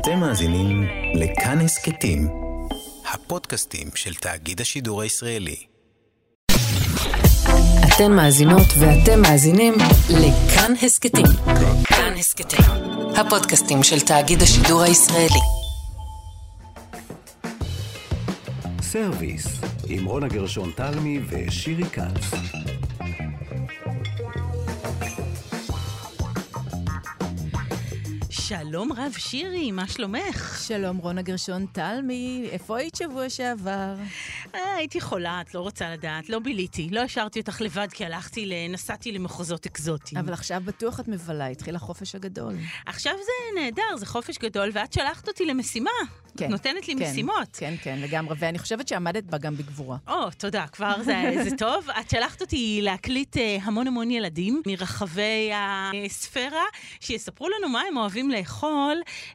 אתם מאזינים לכאן הסכתים, הפודקאסטים של תאגיד השידור הישראלי. אתן מאזינות ואתם מאזינים לכאן הסכתים. כאן הסכתים, הפודקאסטים של תאגיד השידור הישראלי. סרוויס, עם רונה גרשון תלמי ושירי כץ. שלום רב שירי, מה שלומך? שלום רונה גרשון תלמי, איפה היית שבוע שעבר? הייתי חולה, את לא רוצה לדעת, לא ביליתי, לא השארתי אותך לבד כי נסעתי למחוזות אקזוטיים. אבל עכשיו בטוח את מבלה, התחיל החופש הגדול. עכשיו זה נהדר, זה חופש גדול, ואת שלחת אותי למשימה. כן, את נותנת לי משימות. כן, לגמרי, ואני חושבת שעמדת בה גם בגבורה. תודה, כבר זה טוב. את שלחת אותי להקליט המון ילדים מרחבי הספירה, שיספרו לנו מה הם אוהבים לאכול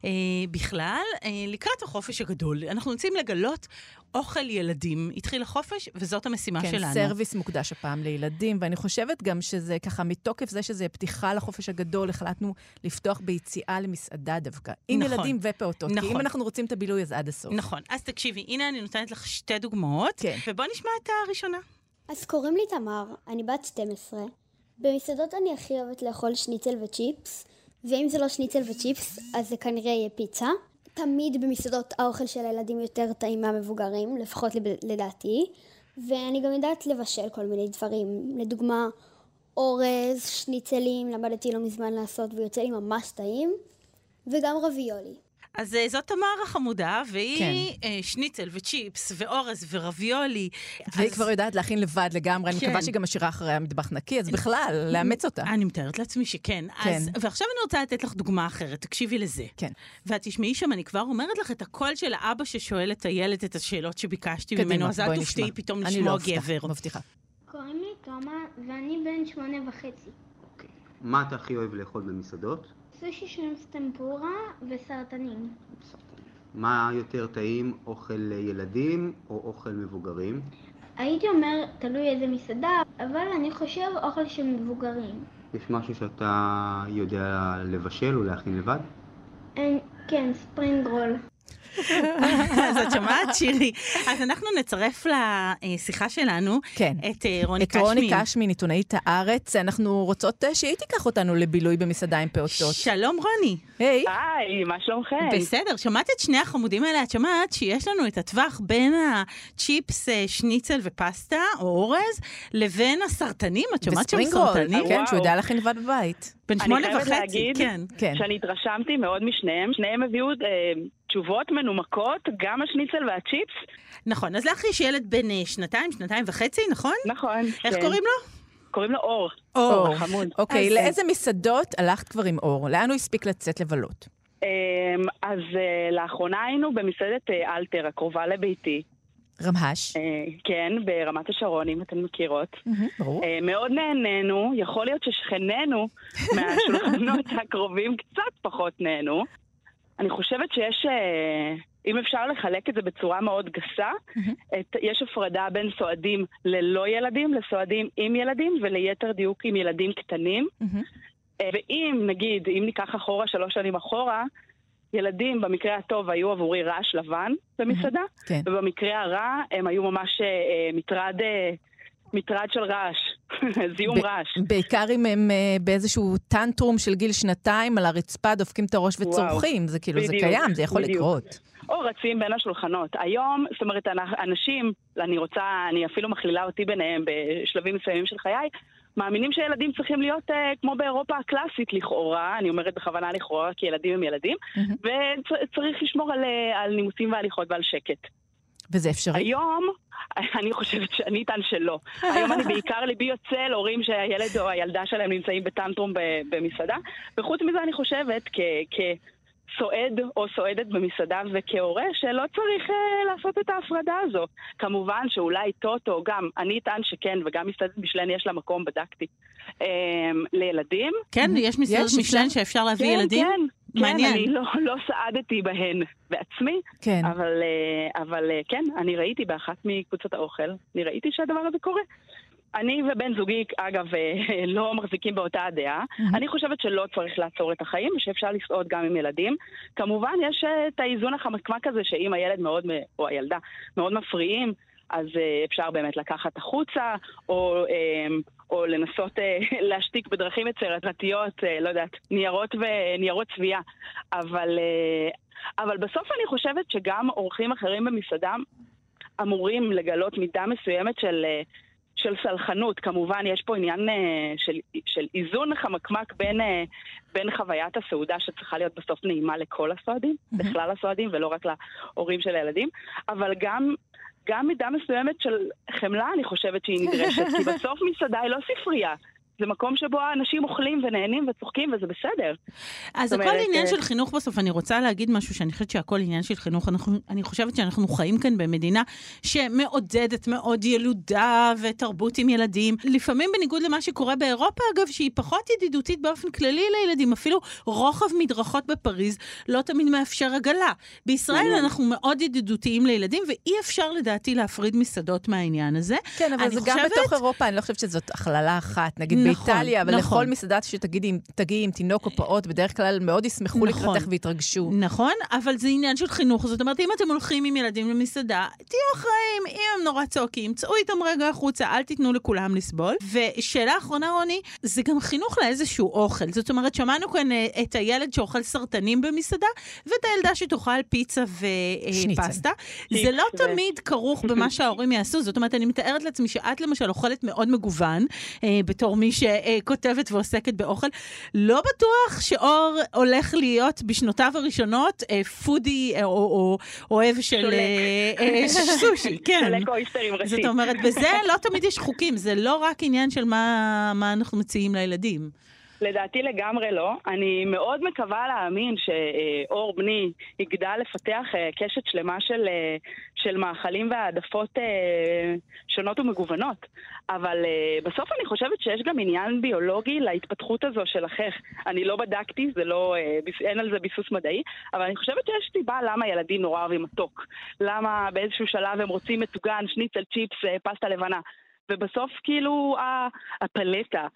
בכלל, לקראת החופש הגדול. אנחנו רוצים לגלות אוכל ילדים. התחיל החופש, וזאת המשימה שלנו. כן, סרוויס מוקדש הפעם לילדים, ואני חושבת גם שזה ככה, מתוקף זה שזה פתיחה לחופש הגדול, החלטנו לפתוח ביציאה למסעדה דווקא, עם ילדים ופעוטות. כי אם אנחנו רוצים את הבילוי, אז עד הסוף. נכון. אז תקשיבי, הנה אני נותנת לך 2 דוגמאות, ובוא נשמע את הראשונה. אז קוראים לי תמר, אני בת 12. במסעדות אני הכי אוהבת לאכול שניצל וצ'יפס, ואם זה לא שניצל וצ'יפס, אז זה כנראה יהיה פיצה. תמיד במסעדות האוכל של הילדים יותר טעים מהמבוגרים, לפחות לדעתי. ואני גם יודעת לבשל כל מיני דברים. לדוגמה, אורז, שניצלים, למדתי לא מזמן לעשות ויוצא לי ממש טעים. וגם רביולי. אז זאת תמר החמודה, והיא שניצל וצ'יפס ואורז ורביולי. והיא כבר יודעת להכין לבד לגמרי, אני מקווה שגם משאירה אחריה מטבח נקי, אז בכלל, לאמץ אותה. אני מתארת לעצמי שכן. ועכשיו אני רוצה לתת לך דוגמה אחרת, תקשיבי לזה. כן. ואת תשמעי שם, אני כבר אומרת לך את הקול של האבא ששואל את הילד את השאלות שביקשתי ממנו, אז אל תופתעי פתאום לשמוע גבר. אני מבטיחה. קוראים לי תומא, ואני בן 8.5. אוקיי. מה אתה הכי אוהב לאכול במסעדות? סושי שרימפס טמפורה וסרטנים. מה יותר טעים, אוכל ילדים או אוכל מבוגרים? הייתי אומר, תלוי איזה מסעדה, אבל אני חושב אוכל של מבוגרים. יש משהו שאתה יודע לבשל או להכין לבד? כן, ספרינג רול. אז את שומעת, שירי? אז אנחנו נצרף לשיחה שלנו את רוני קשמי. את רוני קשמי, עיתונאית הארץ. אנחנו רוצות שהיא תיקח אותנו לבילוי במסעדה עם פעוטות. שלום רוני. היי. היי, מה שלומכם? בסדר, שמעת את שני החמודים האלה? את שמעת שיש לנו את הטווח בין הצ'יפס, שניצל ופסטה או אורז, לבין הסרטנים? את שמעת שם סרטנים? כן, שהוא יודע להכין לבד בבית. בן 8.5, אני חייבת להגיד שאני התרשמתי מאוד משניהם. שניהם הביאו תשובות מנומקות, גם השניצל והצ'יפס. נכון, אז לך יש ילד בן 2.5, נכון? נכון. איך קוראים לו? קוראים לו אור. אור. חמוד. אוקיי, לאיזה מסעדות הלכת כבר עם אור? לאן הוא הספיק לצאת לבלות? אז לאחרונה היינו במסעדת אלתר, הקרובה לביתי. רמהש. כן, ברמת השרון, אם אתן מכירות. ברור. מאוד נהנינו, יכול להיות ששכננו מהשולחנות הקרובים קצת פחות נהנו. אני חושבת שיש, אם אפשר לחלק את זה בצורה מאוד גסה, יש הפרדה בין סועדים ללא ילדים, לסועדים עם ילדים, וליתר דיוק עם ילדים קטנים. ואם, נגיד, אם ניקח אחורה 3 שנים אחורה, ילדים במקרה הטוב היו עבורי רעש לבן במסעדה, ובמקרה הרע הם היו ממש מטרד של רעש, זיהום רעש. בעיקר אם הם באיזשהו טנטרום של גיל 2 על הרצפה, דופקים את הראש וצורכים, זה כאילו, זה קיים, זה יכול לקרות. או רצים בין השולחנות. היום, זאת אומרת, אנשים, אני אפילו מכלילה אותי ביניהם בשלבים מסוימים של חיי, מאמינים שילדים צריכים להיות כמו באירופה הקלאסית לכאורה, אני אומרת בכוונה לכאורה, כי ילדים הם ילדים, וצריך לשמור על נימוסים והליכות ועל שקט. וזה אפשרי? היום, אני חושבת שאני איתן שלא. היום אני בעיקר ליבי יוצא להורים שהילד או הילדה שלהם נמצאים בטנטרום במסעדה, וחוץ מזה אני חושבת סועד או סועדת במסעדה וכהורה שלא צריך לעשות את ההפרדה הזו. כמובן שאולי טוטו, גם אני אטען שכן, וגם מסעדת משלן יש לה מקום, בדקתי, לילדים. כן, יש מסעדת משלן שאפשר להביא ילדים? כן, אני לא סעדתי בהן בעצמי, אבל כן, אני ראיתי באחת מקבוצות האוכל, אני ראיתי שהדבר הזה קורה. אני ובן זוגי, אגב, לא מחזיקים באותה הדעה. אני חושבת שלא צריך לעצור את החיים, ושאפשר לסעוד גם עם ילדים. כמובן, יש את האיזון החמקמק הזה, שאם הילד מאוד, או הילדה מאוד מפריעים, אז אפשר באמת לקחת החוצה, או לנסות להשתיק בדרכים יצירתיות, לא יודעת, ניירות צביעה. אבל בסוף אני חושבת שגם אורחים אחרים במסעדה אמורים לגלות מידה מסוימת של סלחנות. כמובן, יש פה עניין של איזון חמקמק בין חוויית הסעודה שצריכה להיות בסוף נעימה לכל הסועדים, בכלל הסועדים, ולא רק להורים של הילדים, אבל גם מידה מסוימת של חמלה, אני חושבת שהיא נדרשת, כי בסוף מסעדה היא לא ספרייה. זה מקום שבו האנשים אוכלים ונהנים וצוחקים, וזה בסדר. אז הכל עניין של חינוך בסוף. אני רוצה להגיד משהו שאני חושבת שהכל עניין של חינוך. אני חושבת שאנחנו חיים כאן במדינה שמעודדת מאוד ילודה ותרבות עם ילדים. לפעמים בניגוד למה שקורה באירופה, אגב, שהיא פחות ידידותית באופן כללי לילדים. אפילו רוחב מדרכות בפריז לא תמיד מאפשר עגלה. בישראל אנחנו מאוד ידידותיים לילדים, ואי אפשר לדעתי להפריד מסעדות מהעניין הזה. כן, אבל זה גם בתוך אירופה, אני לא חושבת שזאת הכללה אחת. נגיד באיטליה, אבל לכל מסעדה שתגיעי עם תינוק או פעוט, בדרך כלל מאוד ישמחו לקראתך והתרגשו. נכון, אבל זה עניין של חינוך. זאת אומרת, אם אתם הולכים עם ילדים למסעדה, תהיו אחראים, אם הם נורא צועקים, צאו איתם רגע החוצה, אל תיתנו לכולם לסבול. ושאלה אחרונה, רוני, זה גם חינוך לאיזשהו אוכל. זאת אומרת, שמענו כאן את הילד שאוכל סרטנים במסעדה, ואת הילדה שתאכל פיצה ופסטה. זה לא תמיד כרוך במה שההורים יעשו. זאת אומרת, אני מתארת לעצמי שאת למשל אוכלת מאוד מגוון, בתור מי שכותבת ועוסקת באוכל. לא בטוח שאור הולך להיות בשנותיו הראשונות פודי או אוהב של סושי. כן. סולק אויסטרים ראשי. זאת אומרת, בזה לא תמיד יש חוקים. זה לא רק עניין של מה אנחנו מציעים לילדים. לדעתי לגמרי לא. אני מאוד מקווה להאמין שאור בני יגדל לפתח קשת שלמה של מאכלים והעדפות שונות ומגוונות. אבל בסוף אני חושבת שיש גם עניין ביולוגי להתפתחות הזו של החך. אני לא בדקתי, אין על זה ביסוס מדעי, אבל אני חושבת שיש סיבה למה ילדים נורא אוהבים מתוק. למה באיזשהו שלב הם רוצים מטוגן, שניצל, צ'יפס, פסטה לבנה. ובסוף כאילו הפלטה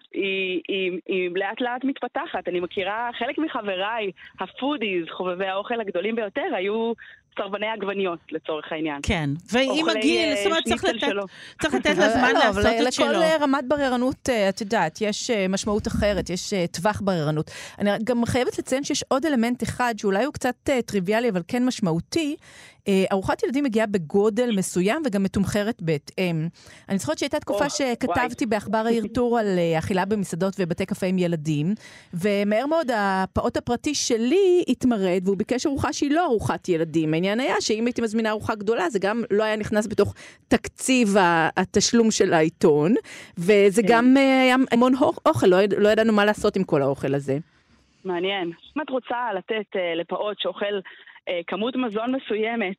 היא לאט לאט מתפתחת. אני מכירה חלק מחבריי, הפודיז, חובבי האוכל הגדולים ביותר, היו סרבני עגבניות לצורך העניין. כן, ועם הגיל, זאת אומרת, צריך לתת לזמן לעשות את שלו. לכל רמת בררנות, את יודעת, יש משמעות אחרת, יש טווח בררנות. אני גם חייבת לציין שיש עוד אלמנט אחד, שאולי הוא קצת טריוויאלי, אבל כן משמעותי. ארוחת ילדים מגיעה בגודל מסוים, וגם מתומחרת בהתאם. אני זוכרת שהייתה תקופה שכתבתי באחבר העיר טור על אכילה במסעדות ובתי קפה עם ילדים, ומהר מאוד הפעוט הפרטי שלי התמרד, והוא ביקש ארוחה שהיא לא ארוחת ילדים. העניין היה שאם הייתי מזמינה ארוחה גדולה, זה גם לא היה נכנס בתוך תקציב התשלום של העיתון, וזה גם היה המון אוכל, לא ידענו מה לעשות עם כל האוכל הזה. מעניין. אם את רוצה לתת לפעוט שאוכל כמות מזון מסוימת,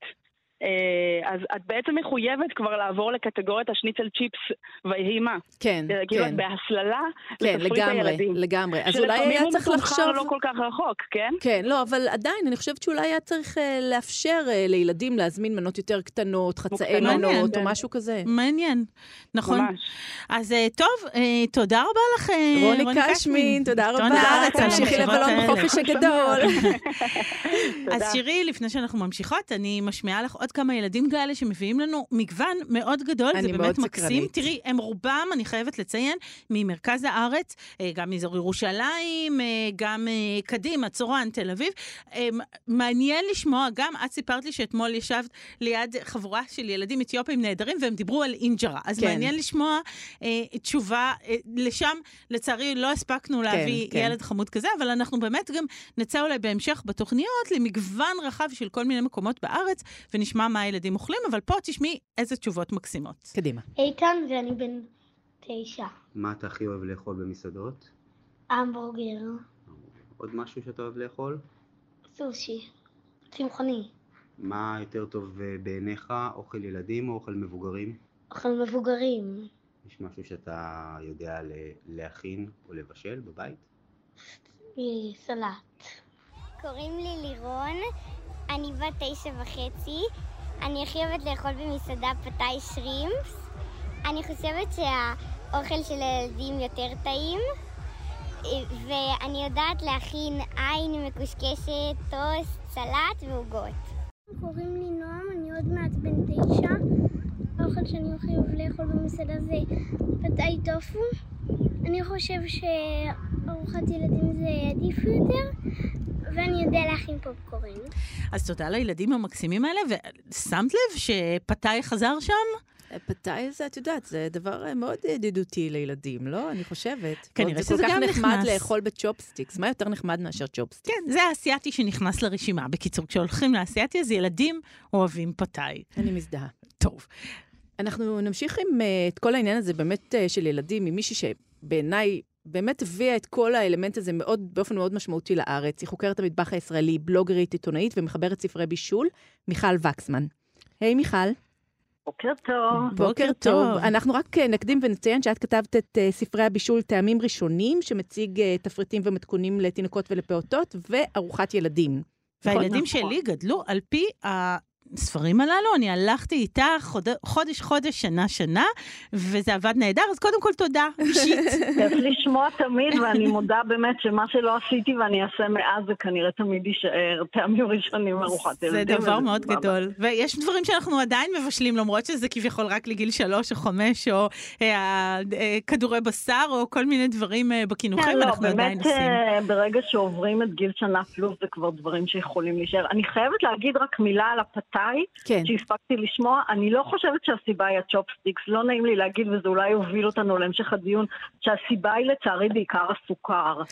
אז את בעצם מחויבת כבר לעבור לקטגוריית השניצל צ'יפס והימה. כן, כאילו כן. בהסללה כן, לתפריט הילדים. לגמרי. אז אולי היה צריך לחשוב... שלפעמים הוא לא כל כך רחוק, כן? כן, לא, אבל עדיין אני חושבת שאולי היה צריך לאפשר לילדים להזמין מנות יותר קטנות, חצאי מנות או משהו כזה. מעניין, נכון. ממש. אז טוב, תודה רבה לכם. רוני קשמין, תודה רבה. תמשיכי לבלות בחופש הגדול. אז שירי, לפני שאנחנו ממשיכות, אני משמיעה לך עוד כמה ילדים כאלה שמביאים לנו מגוון מאוד גדול, זה באמת מקסים. תראי, הם רובם, אני חייבת לציין, ממרכז הארץ, גם מאזור ירושלים, גם קדימה, צורן, תל אביב. מעניין לשמוע, גם את סיפרת לי שאתמול ישבת ליד חבורה של ילדים אתיופים נהדרים, והם דיברו על אינג'רה. אז מעניין לשמוע תשובה, לשם לצערי לא הספקנו להביא ילד חמוד כזה, אבל אנחנו באמת גם נצא אולי בהמשך בתוכניות למגוון רחב של כל מיני מקומות בארץ, ונשמע מה הילדים אוכלים, אבל פה תשמעי איזה תשובות מקסימות. קדימה. איתן ואני בן 9. מה אתה הכי אוהב לאכול במסעדות? המבורגר. עוד משהו שאתה אוהב לאכול? סושי. צמחוני. מה יותר טוב בעיניך, אוכל ילדים או אוכל מבוגרים? אוכל מבוגרים. יש משהו שאתה יודע להכין או לבשל בבית? סלט. קוראים לי לירון, אני בת 9.5. אני הכי אוהבת לאכול במסעדה פתאי שרימפס. אני חושבת אוכל של ילדים יותר טעים, ואני יודעת להכין עין מקושקשת, טוסט, סלט ועוגות. קוראים לי נועם, אני עוד מעט בן 9. האוכל שאני אוכל לאכול במסעדה זה פתאי טופו. אני חושב שארוחת ילדים זה עדיף יותר, ואני יודע להכין פופקורן. אז תודה לילדים המקסימים האלה, ושמת לב שפתאי חזר שם? פתאי זה, את יודעת, זה דבר מאוד ידידותי לילדים, לא? אני חושבת. כנראה שזה זה כל כך גם נחמד נכנס. לאכול בצ'ופסטיקס. מה יותר נחמד מאשר צ'ופסטיקס? כן, זה האסייתי שנכנס לרשימה. בקיצור, כשהולכים לאסייתי, אז ילדים אוהבים פתאי. אני מזדהה. טוב. אנחנו נמשיך עם את כל העניין הזה באמת של ילדים, עם מישהי שבעיניי באמת הביאה את כל האלמנט הזה באופן מאוד משמעותי לארץ. היא חוקרת המטבח הישראלי, בלוגרית, עיתונאית ומחברת ספרי בישול, מיכל וקסמן. היי מיכל. בוקר טוב. בוקר טוב. אנחנו רק נקדים ונציין שאת כתבת את ספרי הבישול טעמים ראשונים, שמציג תפריטים ומתכונים לתינוקות ולפעוטות, וארוחת ילדים. והילדים שלי גדלו על פי הספרים הללו, אני הלכתי איתה חודש, שנה, וזה עבד נהדר, אז קודם כל תודה, אישית. כיף לשמוע תמיד, ואני מודה באמת שמה שלא עשיתי ואני אעשה מאז, זה כנראה תמיד יישאר טעמים ראשונים ארוחת ילדים. זה דבר מאוד גדול. ויש דברים שאנחנו עדיין מבשלים, למרות שזה כביכול רק לגיל 3 או 5, או כדורי בשר, או כל מיני דברים בכינוכים, אנחנו עדיין עושים. באמת, ברגע שעוברים את גיל שנה פלוס, זה כבר דברים שיכולים להישאר. אני חייבת להגיד רק מילה על הפתאי, שהספקתי לשמוע. אני לא חושבת שהסיבה היא הצ'ופסטיקס, לא נעים לי להגיד, וזה אולי יוביל אותנו להמשך הדיון, שהסיבה היא לצערי בעיקר הסוכר.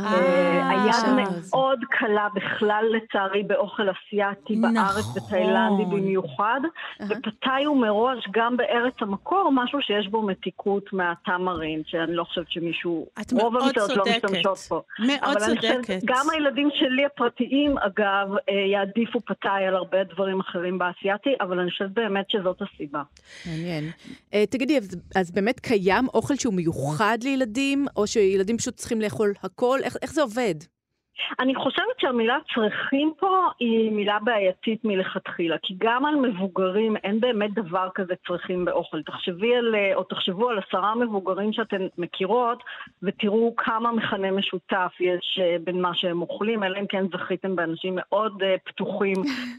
היד מאוד קלה בכלל לצערי באוכל אסיאתי בארץ ותאילנדי במיוחד, ופתאי הוא מראש גם בארץ המקור, משהו שיש בו מתיקות מהטמרין, שאני לא חושבת שמישהו, רוב המסעדות לא משתמשות פה. מאוד צודקת. גם הילדים שלי הפרטיים, אגב, יעדיפו פתאי על הרבה דברים אחרים באסייתי, אבל אני חושבת באמת שזאת הסיבה. מעניין. תגידי, אז באמת קיים אוכל שהוא מיוחד לילדים, או שילדים פשוט צריכים לאכול הכל? איך זה עובד? אני חושבת שהמילה צריכים פה היא מילה בעייתית מלכתחילה, כי גם על מבוגרים אין באמת דבר כזה צריכים באוכל. תחשבו על 10 מבוגרים שאתן מכירות, ותראו כמה מכנה משותף יש בין מה שהם אוכלים, אלא אם כן זכיתם באנשים מאוד פתוחים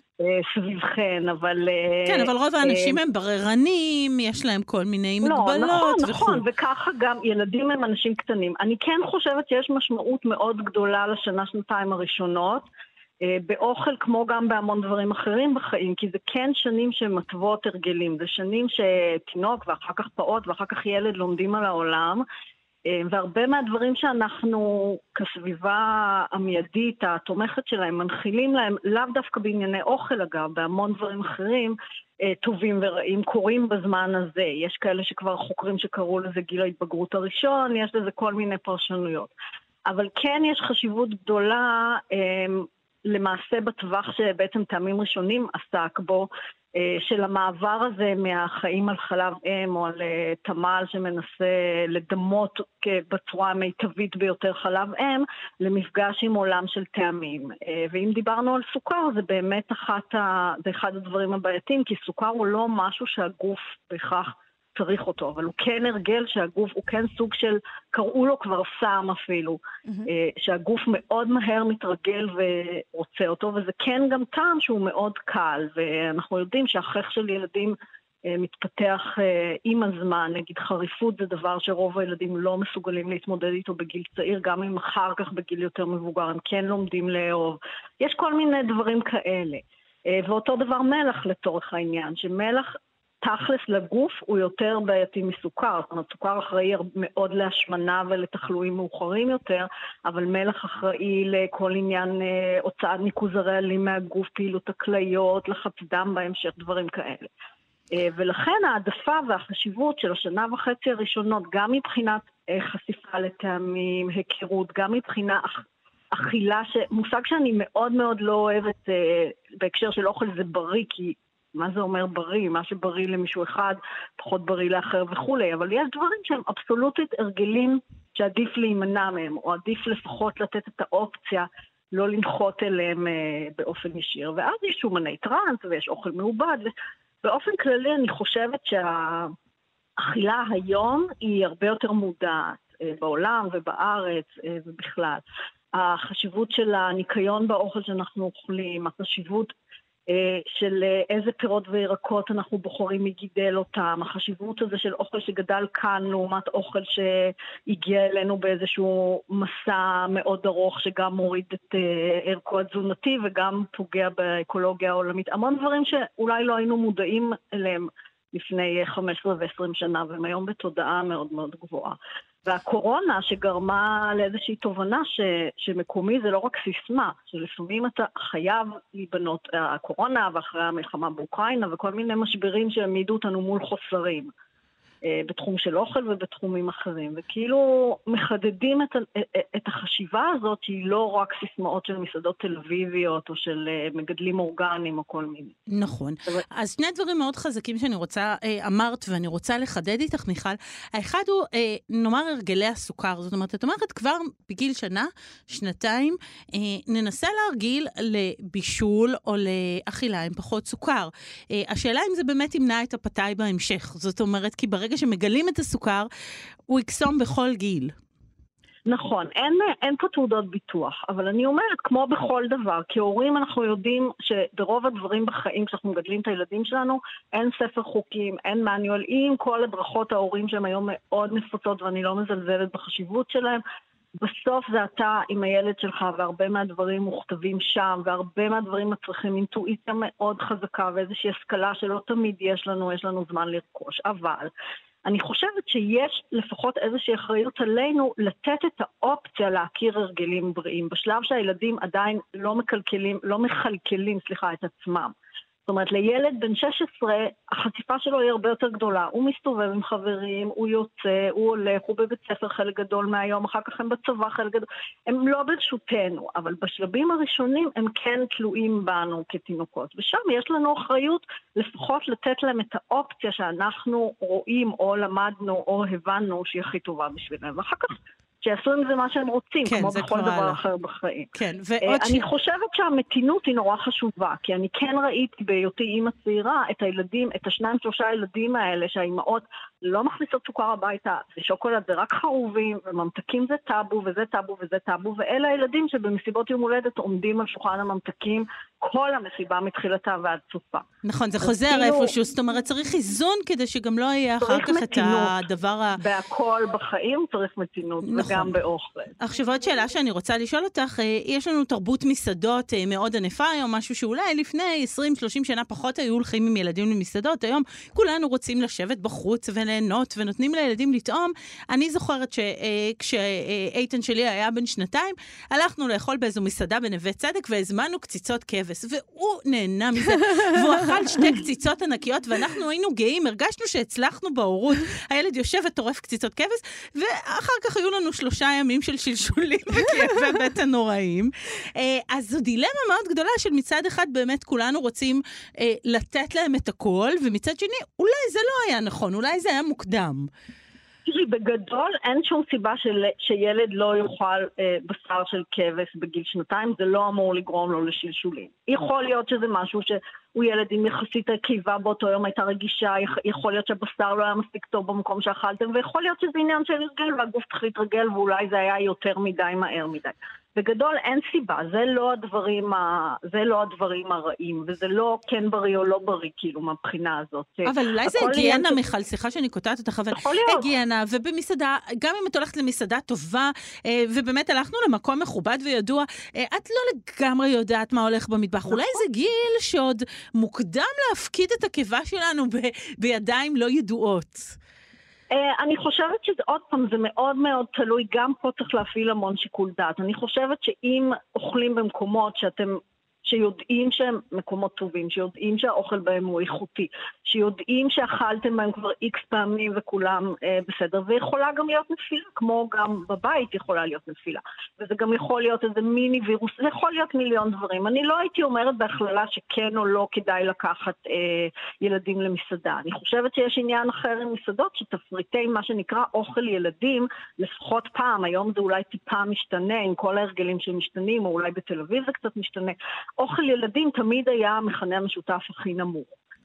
סביבכן, אבל... כן, אבל רוב האנשים הם בררנים, יש להם כל מיני מגבלות וכו'. נכון, וככה גם ילדים הם אנשים קטנים. אני כן חושבת שיש משמעות מאוד גדולה לשנה-שנתיים הראשונות, באוכל כמו גם בהמון דברים אחרים בחיים, כי זה כן שנים שמטוות הרגלים, זה שנים שתינוק ואחר כך פעוט ואחר כך ילד לומדים על העולם, והרבה מהדברים שאנחנו כסביבה המיידית, התומכת שלהם, מנחילים להם, לאו דווקא בענייני אוכל אגב, בהמון דברים אחרים, טובים ורעים, קורים בזמן הזה. יש כאלה שכבר חוקרים שקראו לזה גיל ההתבגרות הראשון, יש לזה כל מיני פרשנויות. אבל כן יש חשיבות גדולה למעשה בטווח שבעצם טעמים ראשונים עסק בו, של המעבר הזה מהחיים על חלב אם או על תמל שמנסה לדמות בצורה המיטבית ביותר חלב אם, למפגש עם עולם של טעמים. ואם דיברנו על סוכר, זה באמת זה אחד הדברים הבעייתיים, כי סוכר הוא לא משהו שהגוף בהכרח צריך אותו, אבל הוא כן הרגל שהגוף, הוא כן סוג של, קראו לו כבר סם אפילו, שהגוף מאוד מהר מתרגל ורוצה אותו, וזה כן גם טעם שהוא מאוד קל, ואנחנו יודעים שהחך של ילדים מתפתח עם הזמן, נגיד חריפות זה דבר שרוב הילדים לא מסוגלים להתמודד איתו בגיל צעיר, גם אם אחר כך בגיל יותר מבוגר הם כן לומדים לאהוב, יש כל מיני דברים כאלה, ואותו דבר מלח לצורך העניין, שמלח תכלס לגוף הוא יותר בעייתי מסוכר, זאת אומרת, סוכר אחראי מאוד להשמנה ולתחלואים מאוחרים יותר, אבל מלח אחראי לכל עניין הוצאת ניקוז הרעלים מהגוף, פעילות הכליות, לחץ דם בהמשך, דברים כאלה. ולכן העדפה והחשיבות של השנה וחצי הראשונות, גם מבחינת חשיפה לטעמים, היכרות, גם מבחינה אכילה, מושג שאני מאוד מאוד לא אוהבת בהקשר של אוכל זה בריא, כי מה זה אומר בריא? מה שבריא למישהו אחד, פחות בריא לאחר וכולי, אבל יש דברים שהם אבסולוטית הרגלים שעדיף להימנע מהם, או עדיף לפחות לתת את האופציה לא לנחות אליהם באופן ישיר. ואז יש שומני טרנס ויש אוכל מעובד, באופן כללי אני חושבת האכילה היום היא הרבה יותר מודעת בעולם ובארץ ובכלל. החשיבות של הניקיון באוכל שאנחנו אוכלים, החשיבות של איזה פירות וירקות אנחנו בוחרים מגידל אותם, החשיבות הזה של אוכל שגדל כאן לעומת אוכל שהגיע אלינו באיזשהו מסע מאוד ארוך שגם מוריד את ערכו התזונתי וגם פוגע באקולוגיה העולמית. המון דברים שאולי לא היינו מודעים אליהם לפני 15 ו-20 שנה, והם היום בתודעה מאוד מאוד גבוהה. והקורונה שגרמה לאיזושהי תובנה שמקומי זה לא רק סיסמה, שלפעמים אתה חייב להיבנות הקורונה ואחרי המלחמה באוקראינה וכל מיני משברים שהעמידו אותנו מול חוסרים בתחום של אוכל ובתחומים אחרים, וכאילו מחדדים את החשיבה הזאת שהיא לא רק סיסמאות של מסעדות תל אביביות או של מגדלים אורגניים או כל מיני. נכון. אז שני דברים מאוד חזקים שאני רוצה, אמרת ואני רוצה לחדד איתך מיכל. האחד הוא, נאמר הרגלי הסוכר, זאת אומרת, את אומרת כבר בגיל שנה, שנתיים, ננסה להרגיל לבישול או לאכילה עם פחות סוכר. השאלה אם זה באמת ימנע את הפתאי בהמשך, זאת אומרת, כי ברגע שמגלים את הסוכר, הוא יקסום בכל גיל. נכון, אין פה תעודות ביטוח, אבל אני אומרת, כמו בכל דבר, כהורים אנחנו יודעים שברוב הדברים בחיים, כשאנחנו מגדלים את הילדים שלנו, אין ספר חוקים, אין מניואל, עם כל הדרכות ההורים שהם היום מאוד נפוצות, ואני לא מזלזלת בחשיבות שלהם, בסוף זה אתה עם הילד שלך, והרבה מהדברים מוכתבים שם, והרבה מהדברים מצריכים אינטואיציה מאוד חזקה, ואיזושהי השכלה שלא תמיד יש לנו זמן לרכוש, אבל אני חושבת שיש לפחות איזושהי אחריות עלינו לתת את האופציה להכיר הרגלים בריאים, בשלב שהילדים עדיין לא מכלכלים את עצמם. זאת אומרת, לילד בן 16, החשיפה שלו היא הרבה יותר גדולה. הוא מסתובב עם חברים, הוא יוצא, הוא הולך, הוא בבית ספר חלק גדול מהיום, אחר כך הם בצבא חלק גדול. הם לא ברשותנו, אבל בשלבים הראשונים הם כן תלויים בנו כתינוקות. ושם יש לנו אחריות לפחות לתת להם את האופציה שאנחנו רואים או למדנו או הבנו שהיא הכי טובה בשבילם. ואחר כך שיעשו עם זה מה שהם רוצים, כן, כמו בכל דבר אחר בחיים. כן, אני חושבת שהמתינות היא נורא חשובה, כי אני כן ראיתי בהיותי אימא צעירה את הילדים, את 2-3 ילדים האלה, שהאימהות לא מכניסות סוכר הביתה, ושוקולד זה רק חרובים, וממתקים זה טאבו, וזה טאבו, וזה טאבו, ואלה הילדים שבמסיבות יום הולדת עומדים על שולחן הממתקים, כל המסיבה מתחילתה ועד סופה. נכון, זה חוזר איפשהו, זאת אומרת, צריך איזון כדי שגם לא יהיה אחר כך את הדבר בהכל בחיים צריך מתינות, וגם באוכל. עכשיו עוד שאלה שאני רוצה לשאול אותך, יש לנו תרבות מסעדות מאוד ענפה היום, משהו שאולי לפני 20-30 שנה פחות היו הולכים עם ילדים למסעדות, היום כולנו רוצים לשבת בחוץ וליהנות ונותנים לילדים לטעום. אני זוכרת שכשאיתן שלי היה בן 2, הלכנו לאכול באיזו מסעדה בנווה צדק והזמנו קציצות כבש, והוא נהנה מזה, והוא אכל 2 קציצות ענקיות, ואנחנו היינו גאים, הרגשנו שהצלחנו בהורות, הילד יושב וטורף קציצות כבש, ואחר כך היו לנו 3 ימים של שלשולים וכאבי בטן נוראים. אז זו דילמה מאוד גדולה של מצד אחד באמת כולנו רוצים לתת להם את הכל, ומצד שני אולי זה לא היה נכון, אולי זה היה מוקדם. תראי, בגדול אין שום סיבה שילד לא יאכל בשר של כבש בגיל 2, זה לא אמור לגרום לו לשלשולים. יכול להיות שזה משהו שהוא ילד עם יחסית הקיבה באותו יום הייתה רגישה, יכול להיות שהבשר לא היה מספיק טוב במקום שאכלתם, ויכול להיות שזה עניין של הרגל והגוף צריך להתרגל, ואולי זה היה יותר מדי מהר מדי. בגדול אין סיבה, זה לא הדברים הרעים, וזה לא כן בריא או לא בריא, כאילו, מהבחינה הזאת. אבל אולי זה הגיאנה, מיכל, סליחה שאני קוטעת אותך, אבל הגיאנה, ובמסעדה, גם אם את הולכת למסעדה טובה, ובאמת הלכנו למקום מכובד וידוע, את לא לגמרי יודעת מה הולך במטבח. אולי זה גיל שעוד מוקדם להפקיד את הקיבה שלנו בידיים לא ידועות. אני חושבת שזה עוד פעם, זה מאוד מאוד תלוי, גם פה צריך להפעיל המון שיקול דעת. אני חושבת שאם אוכלים במקומות שיודעים שהם מקומות טובים, שיודעים שהאוכל בהם הוא איכותי, שיודעים שאכלתם בהם כבר איקס פעמים וכולם בסדר, ויכולה גם להיות נפילה, כמו גם בבית יכולה להיות נפילה. וזה גם יכול להיות איזה מיני וירוס, זה יכול להיות מיליון דברים. אני לא הייתי אומרת בהכללה שכן או לא כדאי לקחת ילדים למסעדה. אני חושבת שיש עניין אחר עם מסעדות, שתפריטי מה שנקרא אוכל ילדים, לפחות פעם, היום זה אולי טיפה משתנה, עם כל ההרגלים שמשתנים, או אולי בתל אביב זה קצת משתנה. אוכל ילדים תמיד היה המכנה המשותף הכי נמוך.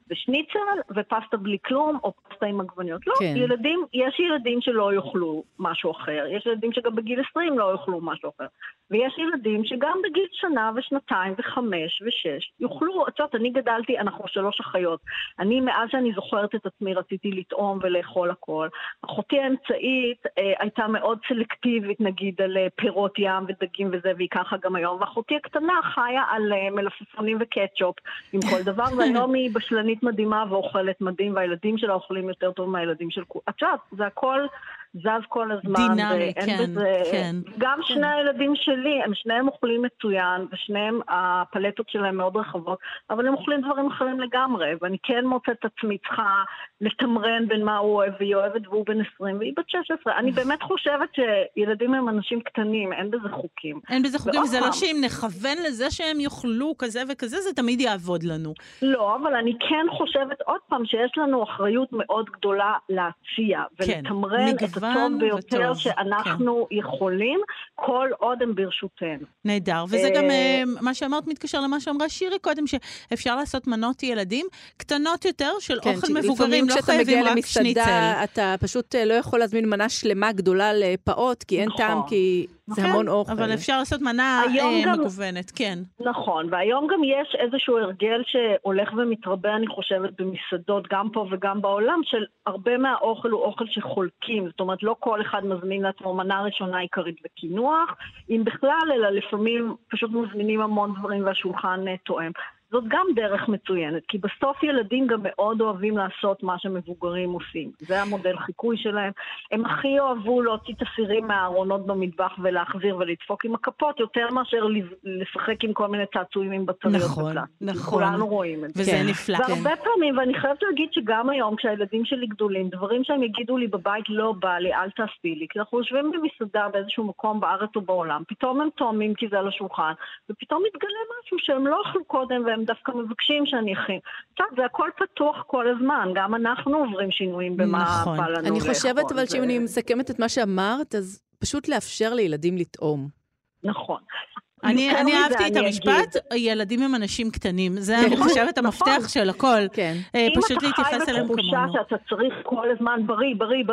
זה שניצל ופסטה בלי כלום, או פסטה עם עגבניות. לא, כן. יש ילדים שלא יאכלו משהו אחר, יש ילדים שגם בגיל 20 לא יאכלו משהו אחר, ויש ילדים שגם בגיל שנה ושנתיים וחמש ושש יאכלו. את יודעת, אני גדלתי, אנחנו 3 אחיות. אני, מאז שאני זוכרת את עצמי, רציתי לטעום ולאכול הכל. אחותי האמצעית הייתה מאוד סלקטיבית, נגיד, על פירות ים ודגים וזה, והיא ככה גם היום. ואחותי הקטנה חיה על מלפפונים וקטשופ עם כל דבר, והיום היא בשלנית מדהימה ואוכלת מדהים, והילדים שלה אוכלים יותר טוב מהילדים של כולם. את יודעת, זה הכל זז כל הזמן. דינמי, כן, כן. גם שני הילדים שלי, הם שניהם אוכלים מצוין, ושניהם, הפלטות שלהם מאוד רחבות, אבל הם אוכלים דברים אחרים לגמרי, ואני כן מוצאת את עצמי צריכה לתמרן בין מה הוא אוהב, והיא אוהבת, והוא בן 20, והיא בת 16. אני באמת חושבת שילדים הם אנשים קטנים, אין בזה חוקים. אין בזה חוקים, זה לא שאם נכוון לזה שהם יאכלו כזה וכזה, זה תמיד יעבוד לנו. לא, אבל אני כן חושבת עוד פעם שיש לנו אחריות מאוד גדולה להציע, ולתמרן את הטוב ביותר שאנחנו יכולים, כל עוד הם ברשותנו. נהדר, וזה גם מה שאמרת מתקשר למה שאמרה שירי קודם, שאפשר לעשות מנות ילדים קטנות יותר של אוכל מבוגרים, לא חייבים רק שניצל. אתה פשוט לא יכול להזמין מנה שלמה גדולה לפעות, כי אין טעם, כי זה המון אוכל. אבל אפשר לעשות מנה מגוונת, כן. נכון, והיום גם יש איזשהו הרגל שהולך ומתרבה, אני חושבת, במסעדות, גם פה וגם בעולם, של הרבה מהאוכל הוא אוכל שחולקים. זאת אומרת, לא כל אחד מזמין לעצמו מנה ראשונה עיקרית וקינוח, אם בכלל, אלא לפעמים פשוט מזמינים המון דברים והשולחן תואם. זאת גם דרך מצוינת, כי בסוף ילדים גם מאוד אוהבים לעשות מה שמבוגרים עושים. זה המודל חיקוי שלהם. הם הכי אוהבו להוציא את הסירים מהארונות במטבח ולהחזיר ולדפוק עם הכפות, יותר מאשר לשחק עם כל מיני צעצועים עם בטריות. נכון, נכון. כולנו רואים את זה. וזה נפלא. והרבה פעמים, ואני חייבת להגיד שגם היום, כשהילדים שלי גדולים, דברים שהם יגידו לי בבית לא בא לי, אל תעשי לי, כי אנחנו יושבים במסעדה באיזשהו מקום בארץ או בעולם, פתאום הם תואמים כי זה על השולחן, ופתאום מתגלה משהו שהם לא אכלו קודם והם דווקא מבקשים שאני אכין. זה הכל פתוח כל הזמן, גם אנחנו עוברים שינויים במה בא לנו לאכול. אני חושבת אבל שאם אני מסכמת את מה שאמרת, אז פשוט לאפשר לילדים לטעום. נכון. אני אהבתי את המשפט, ילדים הם אנשים קטנים. זה אני חושבת המפתח של הכל. פשוט להתייחס אליהם כמונו. אם אתה חי בתחושה שאתה צריך כל הזמן בריא,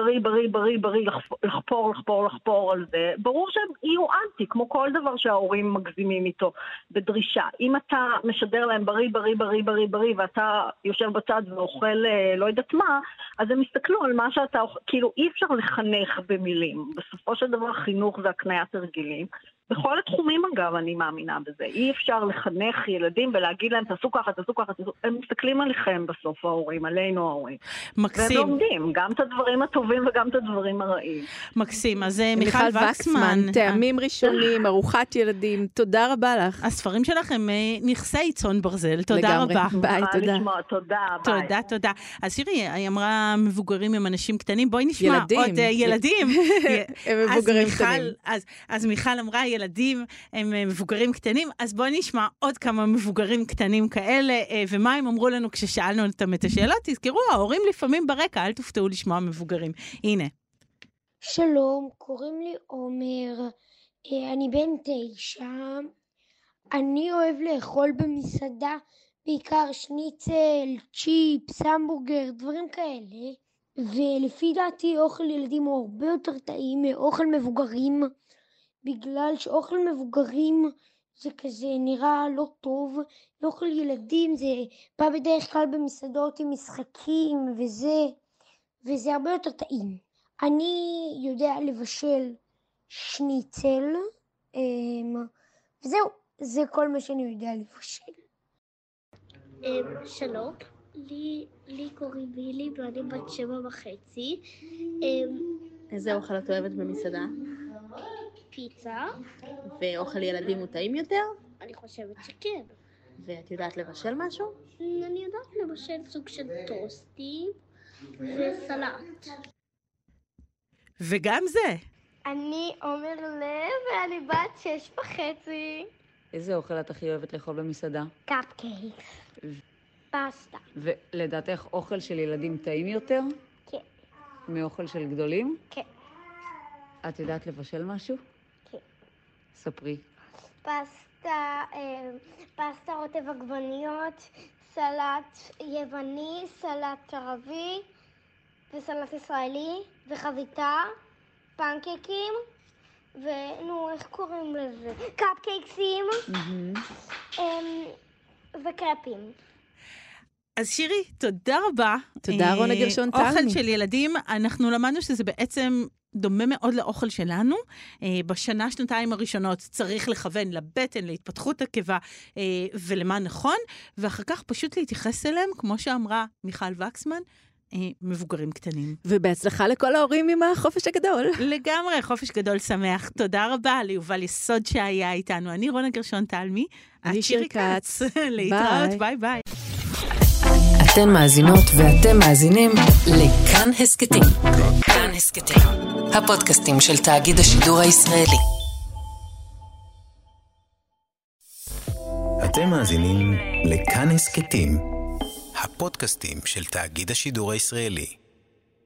לחפור על זה, ברור שהם יהיו אנטי, כמו כל דבר שההורים מגזימים איתו בדרישה. אם אתה משדר להם בריא, ואתה יושב בצד ואוכל לא יודעת מה, אז הם מסתכלו על מה שאתה, כאילו אי אפשר לחנך במילים. בסופו של דבר חינוך זה הקניית הרגלים. בכל התחומים אגב אני מאמינה בזה. אי אפשר לחנך ילדים ולהגיד להם תעשו ככה. הם מסתכלים עליכם בסוף ההורים, עלינו ההורים. מקסים. והם לומדים גם את הדברים הטובים וגם את הדברים הרעים. מקסים. אז מיכל וקסמן. טעמים ראשונים, ארוחת ילדים. תודה רבה לך. הספרים שלכם נכסי צאן ברזל. תודה רבה. ביי, תודה. תודה. אז שירי, היא אמרה מבוגרים הם אנשים קטנים. בואי נשמע עוד ילדים. הם מבוגרים קטנים. אז מיכל אמרה ילדים הם מבוגרים קטנים, אז בואו נשמע עוד כמה מבוגרים קטנים כאלה, ומה הם אמרו לנו כששאלנו אותם את השאלות. תזכרו, ההורים לפעמים ברקע, אל תופתעו לשמוע מבוגרים. הנה. שלום, קוראים לי עומר, אני בן 9, אני אוהב לאכול במסעדה, בעיקר שניצל, צ'יפס, המבורגר, דברים כאלה, ולפי דעתי אוכל ילדים הוא הרבה יותר טעים מאוכל מבוגרים, בגלל שאוכל מבוגרים זה כזה נראה לא טוב, ואוכל ילדים זה בא בדרך כלל במסעדות עם משחקים וזה הרבה יותר טעים. אני יודע לבשל שניצל, וזהו, זה כל מה שאני יודע לבשל. שלום, לי קוראים בילי ואני בת 7.5. איזה אוכל את אוהבת במסעדה? פיצה. ואוכל ילדים הוא טעים יותר? אני חושבת שכן. ואת יודעת לבשל משהו? אני יודעת לבשל סוג של טוסטים וסלט. וגם זה. אני עומר לב ואני בת 6.5. איזה אוכל את הכי אוהבת לאכול במסעדה? קפקייקס. פסטה. ולדעתך אוכל של ילדים טעים יותר? כן. מאוכל של גדולים? כן. את יודעת לבשל משהו? כן. ספרי. פסטה רוטב עגבניות, סלט יווני, סלט ערבי וסלט ישראלי וחביתה, פנקקים ונו, איך קוראים לזה? קפקייקסים וקרפים. אז שירי, תודה רבה. תודה רונה גרשון תלמי. אוכל של ילדים, אנחנו למדנו שזה בעצם דומה מאוד לאוכל שלנו. בשנה, שנתיים הראשונות צריך לכוון לבטן, להתפתחות הקיבה ולמה נכון, ואחר כך פשוט להתייחס אליהם, כמו שאמרה מיכל וקסמן, מבוגרים קטנים. ובהצלחה לכל ההורים עם החופש הגדול. לגמרי, חופש גדול שמח. תודה רבה ליובל יסוד שהיה איתנו. אני רונה גרשון תלמי. אני שירי כץ. להתראות, ביי ביי. אתן מאזינות ואתם מאזינים לכאן הסקטים. כאן הסקטים, הפודקאסטים של תאגיד השידור הישראלי. אתם מאזינים לכאן הסקטים, הפודקאסטים של תאגיד השידור הישראלי.